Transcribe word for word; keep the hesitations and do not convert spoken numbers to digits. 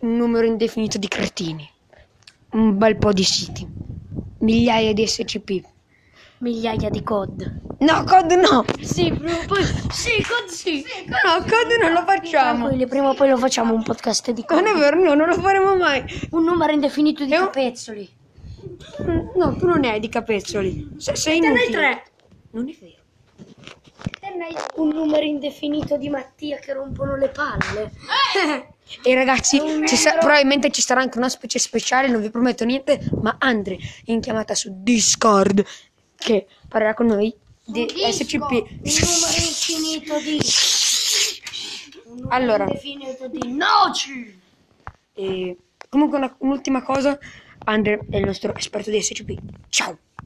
un numero indefinito di cretini, un bel po' di siti, migliaia di S C P, migliaia di C O D. No, C O D no! Sì, prima o poi... Sì, C O D sì. No, C O D non lo facciamo. Tranquilli, prima o poi lo facciamo un podcast di C O D. Non è vero, no, non lo faremo mai. Un numero indefinito di È un- capezzoli. No, tu non ne hai di capezzoli. Se- sei Te ne hai inutile. tre. Non è vero. Te ne hai un numero indefinito di Mattia che rompono le palle. E ragazzi, ci sa- probabilmente ci sarà anche una specie speciale, non vi prometto niente, ma Andre in chiamata su Discord che parlerà con noi di S C P. Un numero infinito di... Un numero Allora. indefinito di noci. E comunque una- un'ultima cosa, Andre è il nostro esperto di S C P. Ciao!